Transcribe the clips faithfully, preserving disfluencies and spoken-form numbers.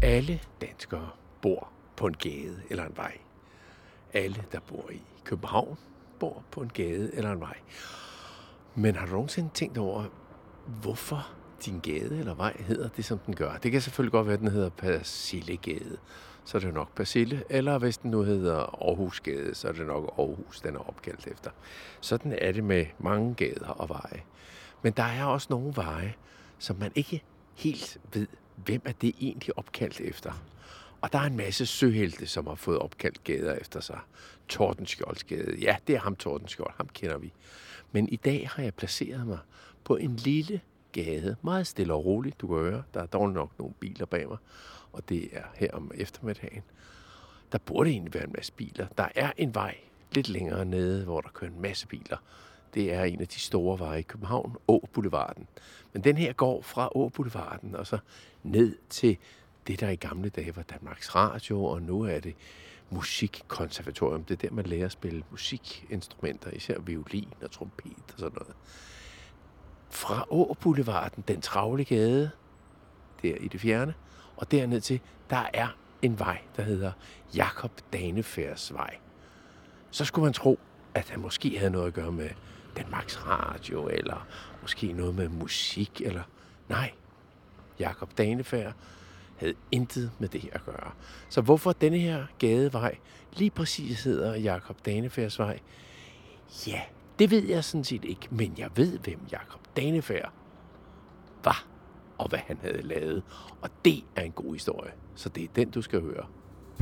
Alle danskere bor på en gade eller en vej. Alle, der bor i København, bor på en gade eller en vej. Men har du nogensinde tænkt over, hvorfor din gade eller vej hedder det, som den gør? Det kan selvfølgelig godt være, at den hedder Persillegade. Så er det nok Persille. Eller hvis den nu hedder Aarhusgade, så er det nok Aarhus, den er opkaldt efter. Sådan er det med mange gader og veje. Men der er også nogle veje, som man ikke helt ved, hvem er det egentlig opkaldt efter. Og der er en masse søhelte, som har fået opkaldt gader efter sig. Tordenskjoldsgade. Ja, det er ham Tordenskjold. Ham kender vi. Men i dag har jeg placeret mig på en lille gade. Meget stille og roligt, du kan høre. Der er dog nok nogle biler bag mig. Og det er her om eftermiddagen. Der burde egentlig være en masse biler. Der er en vej lidt længere nede, hvor der kører en masse biler. Det er en af de store veje i København, Åboulevarden. Men den her går fra Åboulevarden og så ned til det, der i gamle dage var Danmarks Radio, og nu er det musikkonservatorium. Det er der, man lærer at spille musikinstrumenter, især violin og trompet og sådan noget. Fra Åboulevarden, den travle gade, der i det fjerne, og derned til, der er en vej, der hedder Jakob Danefærs Vej. Så skulle man tro, at han måske havde noget at gøre med Danmarks Radio, eller måske noget med musik, eller nej. Jakob Danefær havde intet med det at gøre. Så hvorfor denne her gadevej lige præcis hedder Jakob Danefærs Vej? Ja, det ved jeg sådan set ikke, men jeg ved, hvem Jakob Danefær var, og hvad han havde lavet. Og det er en god historie, så det er den, du skal høre.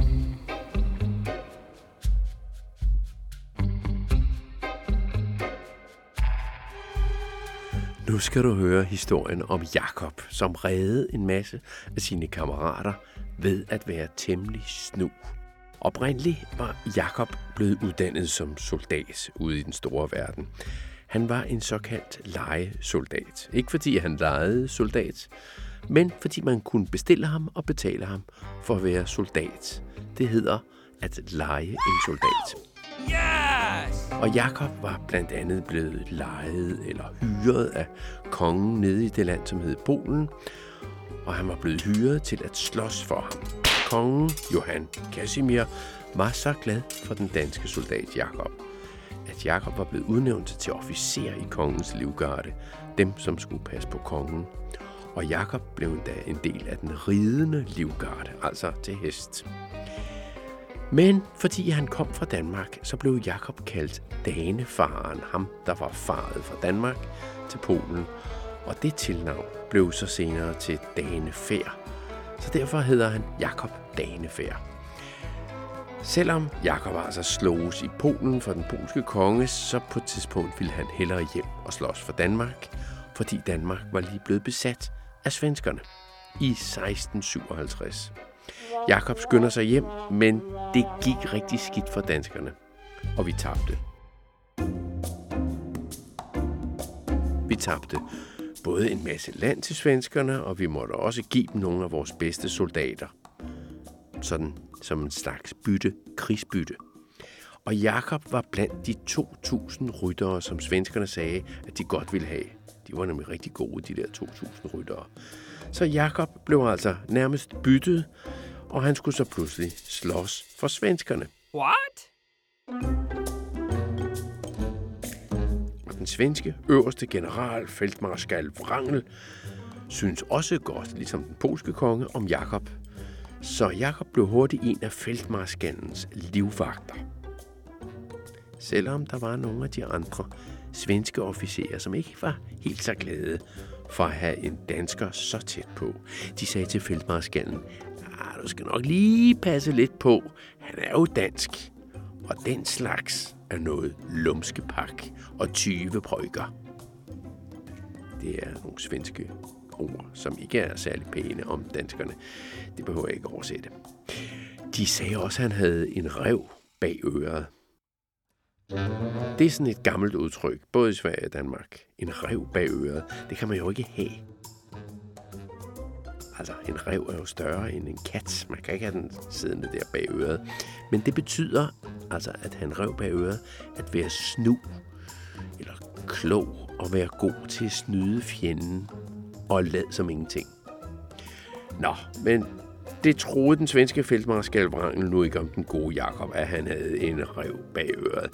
Nu skal du høre historien om Jakob, som reddede en masse af sine kammerater ved at være temmelig snu. Oprindeligt var Jakob blevet uddannet som soldat ude i den store verden. Han var en såkaldt lejesoldat. Ikke fordi han lejede soldat, men fordi man kunne bestille ham og betale ham for at være soldat. Det hedder at leje en soldat. Yes! Og Jakob var blandt andet blevet lejet eller hyret af kongen nede i det land, som hed Polen. Og han var blevet hyret til at slås for ham. Kongen, Johan Casimir, var så glad for den danske soldat Jakob, at Jakob var blevet udnævnt til officer i kongens livgarde, dem som skulle passe på kongen. Og Jakob blev endda en del af den ridende livgarde, altså til hest. Men fordi han kom fra Danmark, så blev Jakob kaldt Danefaren, ham der var faret fra Danmark til Polen. Og det tilnavn blev så senere til Danefær. Så derfor hedder han Jakob Danefær. Selvom Jakob altså sloges i Polen for den polske konge, så på et tidspunkt ville han hellere hjem og slås for Danmark, fordi Danmark var lige blevet besat af svenskerne i seksten syvoghalvtreds. Jakob skynder sig hjem, men det gik rigtig skidt for danskerne, og vi tabte. Vi tabte både en masse land til svenskerne, og vi måtte også give dem nogle af vores bedste soldater. Sådan som en slags bytte, krigsbytte. Og Jakob var blandt de to tusind ryttere, som svenskerne sagde, at de godt ville have. De var nemlig rigtig gode, de der to tusind ryttere. Så Jakob blev altså nærmest byttet, og han skulle så pludselig slås for svenskerne. What? Og den svenske øverste general, feltmarskal Wrangel, synes også godt, ligesom den polske konge, om Jakob. Så Jakob blev hurtigt en af feltmarskalens livvagter. Selvom der var nogle af de andre svenske officerer, som ikke var helt så glade for at have en dansker så tæt på. De sagde til feltmarskallen, ah, du skal nok lige passe lidt på. Han er jo dansk. Og den slags er noget lumskepak og tyvebrøker. Det er nogle svenske ord, som ikke er særlig pæne om danskerne. Det behøver jeg ikke oversætte. De sagde også, at han havde en ræv bag øret. Det er sådan et gammelt udtryk, både i Sverige og Danmark. En ræv bag øret, det kan man jo ikke have. Altså, en ræv er jo større end en kat. Man kan ikke have den siddende der bag øret. Men det betyder altså, at han ræv bag øret, at være snu, eller klog, og være god til at snyde fjenden, og lad som ingenting. Nå, men det troede den svenske feltmarskal Wrangel nu ikke om den gode Jakob, at han havde en rev bag øret.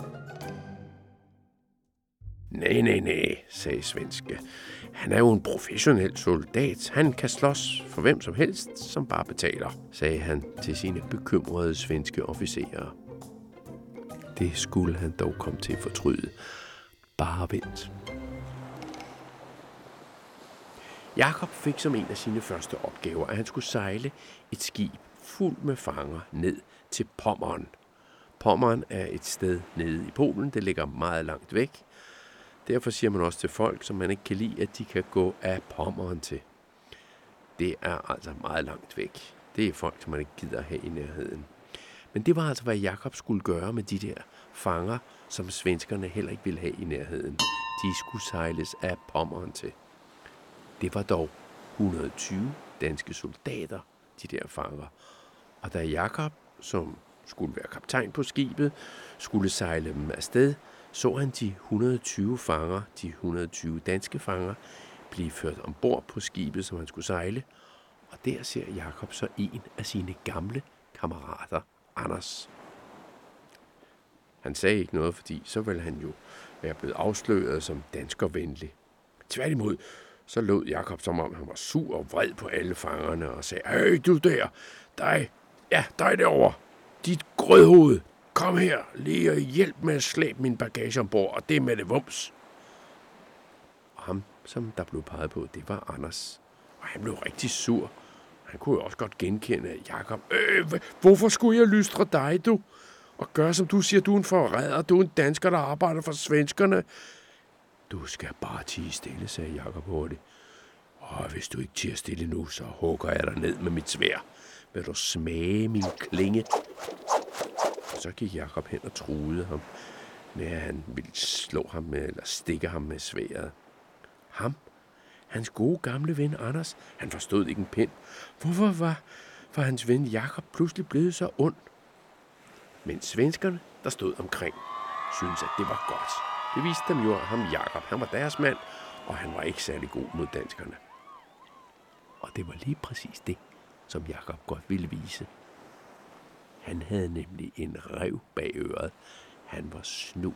Nej, nej, nej, sagde svenske. Han er jo en professionel soldat. Han kan slås for hvem som helst, som bare betaler, sagde han til sine bekymrede svenske officerer. Det skulle han dog komme til at fortryde. Bare vent. Jakob fik som en af sine første opgaver, at han skulle sejle et skib fuldt med fanger ned til Pommern. Pommern er et sted nede i Polen. Det ligger meget langt væk. Derfor siger man også til folk, som man ikke kan lide, at de kan gå af Pommern til. Det er altså meget langt væk. Det er folk, som man ikke gider have i nærheden. Men det var altså, hvad Jakob skulle gøre med de der fanger, som svenskerne heller ikke ville have i nærheden. De skulle sejles af Pommern til. Det var dog hundrede og tyve danske soldater, de der fanger. Og da Jakob, som skulle være kaptajn på skibet, skulle sejle dem afsted, så han de hundrede og tyve fanger, de hundrede og tyve danske fanger, blive ført ombord på skibet, som han skulle sejle. Og der ser Jakob så en af sine gamle kammerater, Anders. Han sagde ikke noget, fordi så ville han jo være blevet afsløret som danskervenlig. Tværtimod, så lød Jakob, som om han var sur og vred på alle fangerne og sagde, hey, du der, dig, ja, dig derovre, dit grødhoved, kom her, lige og hjælp med at slæbe min bagage ombord, og det med det vums. Og ham, som der blev peget på, det var Anders. Og han blev rigtig sur. Han kunne jo også godt genkende Jakob. Øh, hvorfor skulle jeg lystre dig, du? Og gøre, som du siger, du er en forræder, du er en dansker, der arbejder for svenskerne. Du skal bare tie stille, sagde Jakob hurtigt. Og hvis du ikke tier stille nu, så hugger jeg dig ned med mit sværd. Vil du smage min klinge? Og så gik Jakob hen og truede ham med, at han ville slå ham med, eller stikke ham med sværdet. Ham, hans gode gamle ven Anders, han forstod ikke en pind. Hvorfor var, var hans ven Jakob pludselig blevet så ond? Men svenskerne, der stod omkring, syntes, at det var godt. Det viste dem jo, at ham Jakob, han var deres mand, og han var ikke særlig god mod danskerne. Og det var lige præcis det, som Jakob godt ville vise. Han havde nemlig en rev bag øret. Han var snu.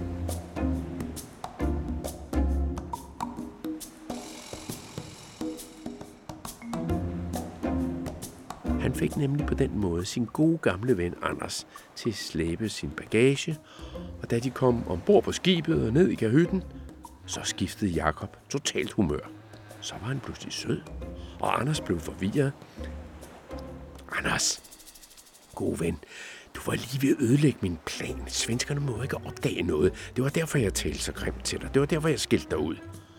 Han fik nemlig på den måde sin gode gamle ven Anders til at slæbe sin bagage, og da de kom ombord på skibet og ned i kahytten, så skiftede Jakob totalt humør. Så var han pludselig sød, og Anders blev forvirret. Anders, gode ven, du var lige ved at ødelægge min plan. Svenskerne må ikke opdage noget. Det var derfor, jeg talte så grimt til dig. Det var derfor, jeg skilte dig ud.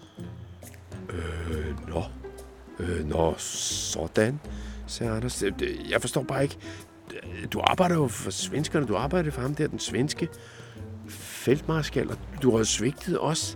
Øh, nå. Øh, nå, sådan, sagde Anders. Jeg forstår bare ikke. Du arbejder jo for svenskerne. Du arbejder for ham der, den svenske feltmarskal, og du har svigtet os.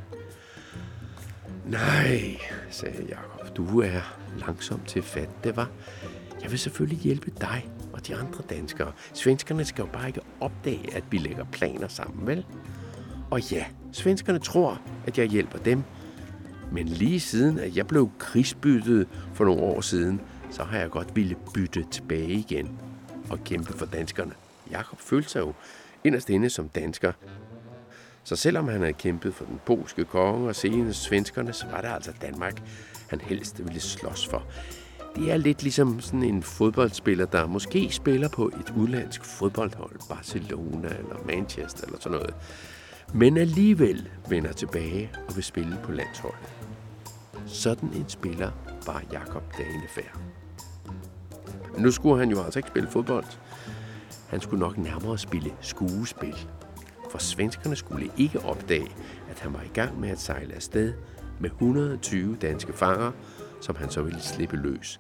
Nej, sagde Jakob. Du er langsom til fat. Det var. Jeg vil selvfølgelig hjælpe dig og de andre danskere. Svenskerne skal jo bare ikke opdage, at vi lægger planer sammen, vel? Og ja, svenskerne tror, at jeg hjælper dem. Men lige siden, at jeg blev krigsbyttet for nogle år siden, så har jeg godt ville bytte tilbage igen og kæmpe for danskerne. Jakob følte sig jo inderst inde som dansker. Så selvom han havde kæmpet for den polske konge og senere svenskerne, så var det altså Danmark, han helst ville slås for. Det er lidt ligesom sådan en fodboldspiller, der måske spiller på et udlandsk fodboldhold, Barcelona eller Manchester eller sådan noget, men alligevel vender tilbage og vil spille på landsholdet. Sådan en spiller var Jakob Danefær. Nu skulle han jo altså ikke spille fodbold. Han skulle nok nærmere spille skuespil. For svenskerne skulle ikke opdage, at han var i gang med at sejle afsted med hundrede og tyve danske fanger, som han så ville slippe løs.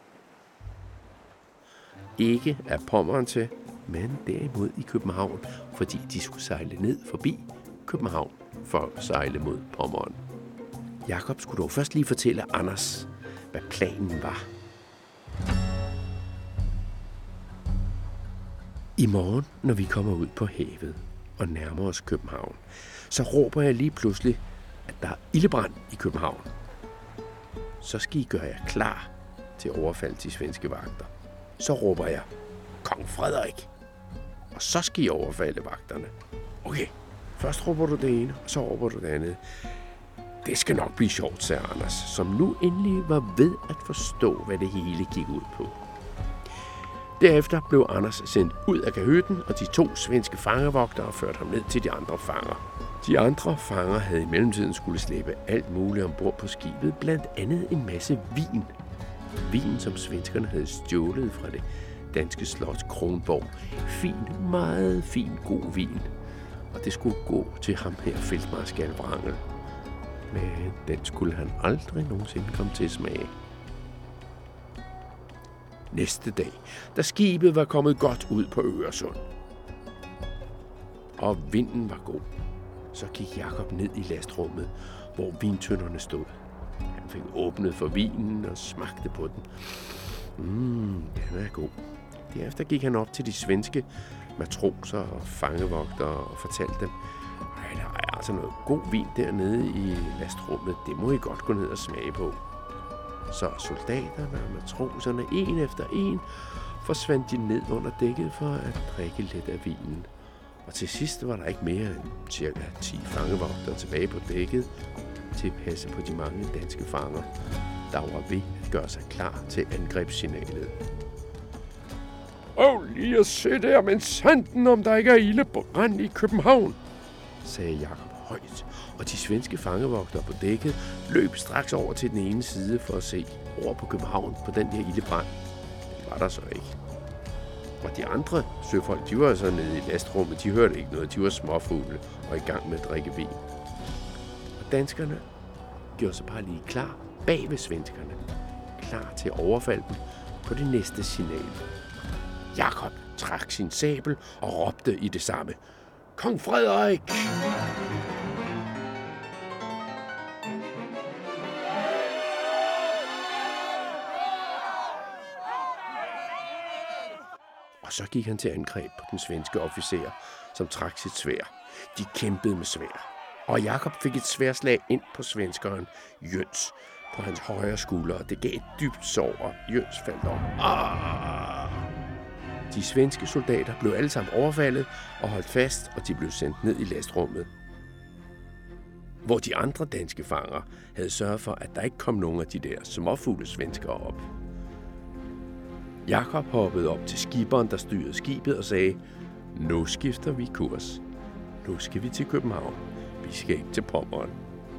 Ikke af Pommern til, men derimod i København, fordi de skulle sejle ned forbi København for at sejle mod Pommern. Jakob skulle dog først lige fortælle Anders, hvad planen var. I morgen, når vi kommer ud på havet og nærmer os København, så råber jeg lige pludselig, at der er ildebrand i København. Så skal I gøre jer klar til overfald til svenske vagter. så råber jeg, Kong Frederik. Og så skal I overfalde vagterne. Okay, først råber du det ene, og så råber du det andet. Det skal nok blive sjovt, sagde Anders, som nu endelig var ved at forstå, hvad det hele gik ud på. Derefter blev Anders sendt ud af kahytten, og de to svenske fangevogtere førte ham ned til de andre fanger. De andre fanger havde i mellemtiden skulle slæbe alt muligt ombord på skibet, blandt andet en masse vin. Vin, som svenskerne havde stjålet fra det danske slot Kronborg. Fin, meget fin, god vin. Og det skulle gå til ham her, feltmarskal Wrangel. Men den skulle han aldrig nogensinde komme til at smage. Næste dag, da skibet var kommet godt ud på Øresund, og vinden var god, så gik Jakob ned i lastrummet, hvor vintønderne stod. Han fik åbnet for vinen og smagte på den. Mmm, den er god. Derefter gik han op til de svenske matroser og fangevogtere og fortalte dem, ej, der er altså noget god vin dernede i lastrummet. Det må I godt gå ned og smage på. Så soldaterne og matroserne, en efter en, forsvandt de ned under dækket for at drikke lidt af vinen. Og til sidst var der ikke mere end cirka ti fangevogtere tilbage på dækket til at passe på de mange danske fanger, der var ved at gøre sig klar til angrebssignalet. Åh, lige at se der, men sanden om der ikke er ildebrand i København, sagde Jakob højt, og de svenske fangevogtere på dækket løb straks over til den ene side for at se over på København på den der ildebrand. Det var der så ikke. Og de andre søfolk, de var så nede i lastrummet, de hørte ikke noget, de var småfugle og i gang med at drikke vin. Og danskerne gjorde sig bare lige klar bag ved svenskerne, klar til at overfalde dem på det næste signal. Jakob trak sin sabel og råbte i det samme. Kong Frederik! Og så gik han til angreb på den svenske officer, som trak sit sværd. De kæmpede med sværd. Og Jakob fik et sværdslag ind på svenskeren Jøns på hans højre skulder, og det gav et dybt sår, og Jøns faldt om. Ah! De svenske soldater blev alle sammen overfaldet og holdt fast, og de blev sendt ned i lastrummet, hvor de andre danske fanger havde sørget for, at der ikke kom nogen af de der småfugle svenskere op. Jakob hoppede op til skiberen, der styrede skibet, og sagde, nu skifter vi kurs. Nu skal vi til København. Vi skal ikke til Pommern.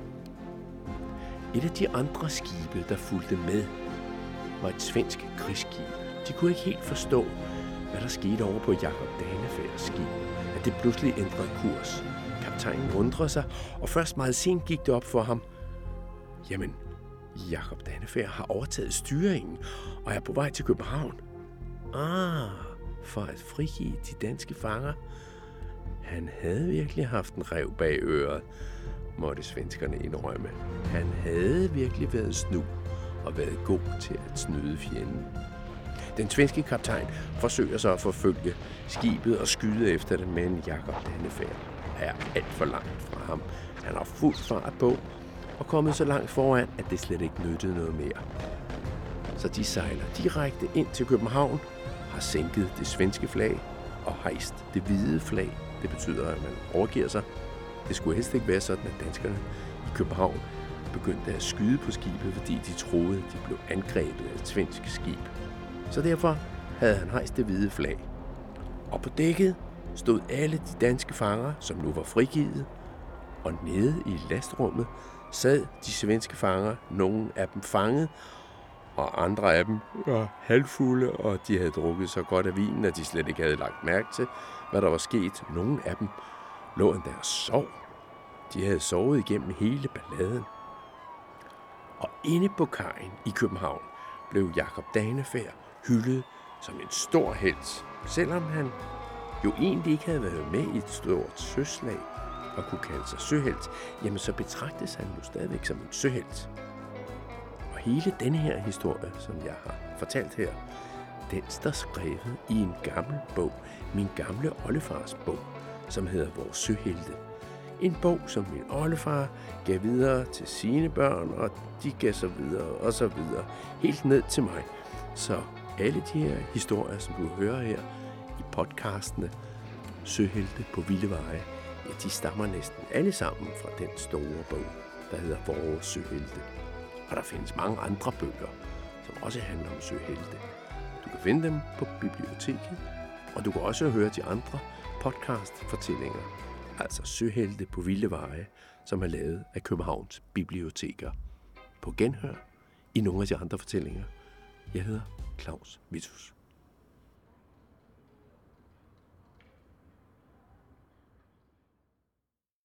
Et af de andre skibe, der fulgte med, var et svensk krigsskib. De kunne ikke helt forstå, hvad der skete over på Jakob Danefærs skib, at det pludselig ændrede kurs. Kaptajnen undrede sig, og først meget sent gik det op for ham. Jamen, Jakob Danefær har overtaget styringen og er på vej til København. Ah, for at frigive de danske fanger. Han havde virkelig haft en ræv bag øret, måtte svenskerne indrømme. Han havde virkelig været snu og været god til at snyde fjenden. Den svenske kaptajn forsøger så at forfølge skibet og skyde efter det, men Jakob Danefær er alt for langt fra ham. Han har fuld fart på og kommet så langt foran, at det slet ikke nyttede noget mere. Så de sejler direkte ind til København, har sænket det svenske flag og hejst det hvide flag. Det betyder, at man overgiver sig. Det skulle helst ikke være sådan, at danskerne i København begyndte at skyde på skibet, fordi de troede, at de blev angrebet af et svensk skib. Så derfor havde han hejst det hvide flag. Og på dækket stod alle de danske fanger, som nu var frigivet, og nede i lastrummet sad de svenske fanger, nogle af dem fanget, og andre af dem var halvfulde, og de havde drukket så godt af vinen, at de slet ikke havde lagt mærke til, hvad der var sket. Nogle af dem lå endda og sov. De havde sovet igennem hele balladen. Og inde på kajen i København blev Jakob Danefær hyldet som en stor helt, selvom han jo egentlig ikke havde været med i et stort søslag og kunne kalde sig søhelt, jamen så betragtes han jo stadigvæk som en søhelt. Og hele denne her historie, som jeg har fortalt her, den står skrevet i en gammel bog, min gamle oldefars bog, som hedder Vores Søhelte. En bog, som min oldefar gav videre til sine børn, og de gav så videre og så videre, helt ned til mig. Så alle de her historier, som du hører her i podcastene, Søhelte på vilde veje, ja, de stammer næsten alle sammen fra den store bog, der hedder Vores Søhelte. Og der findes mange andre bøger, som også handler om søhelte. Du kan finde dem på biblioteket, og du kan også høre de andre podcast-fortællinger, altså Søhelte på vilde veje, som er lavet af Københavns Biblioteker. På genhør i nogle af de andre fortællinger. Jeg hedder Claus Vittus.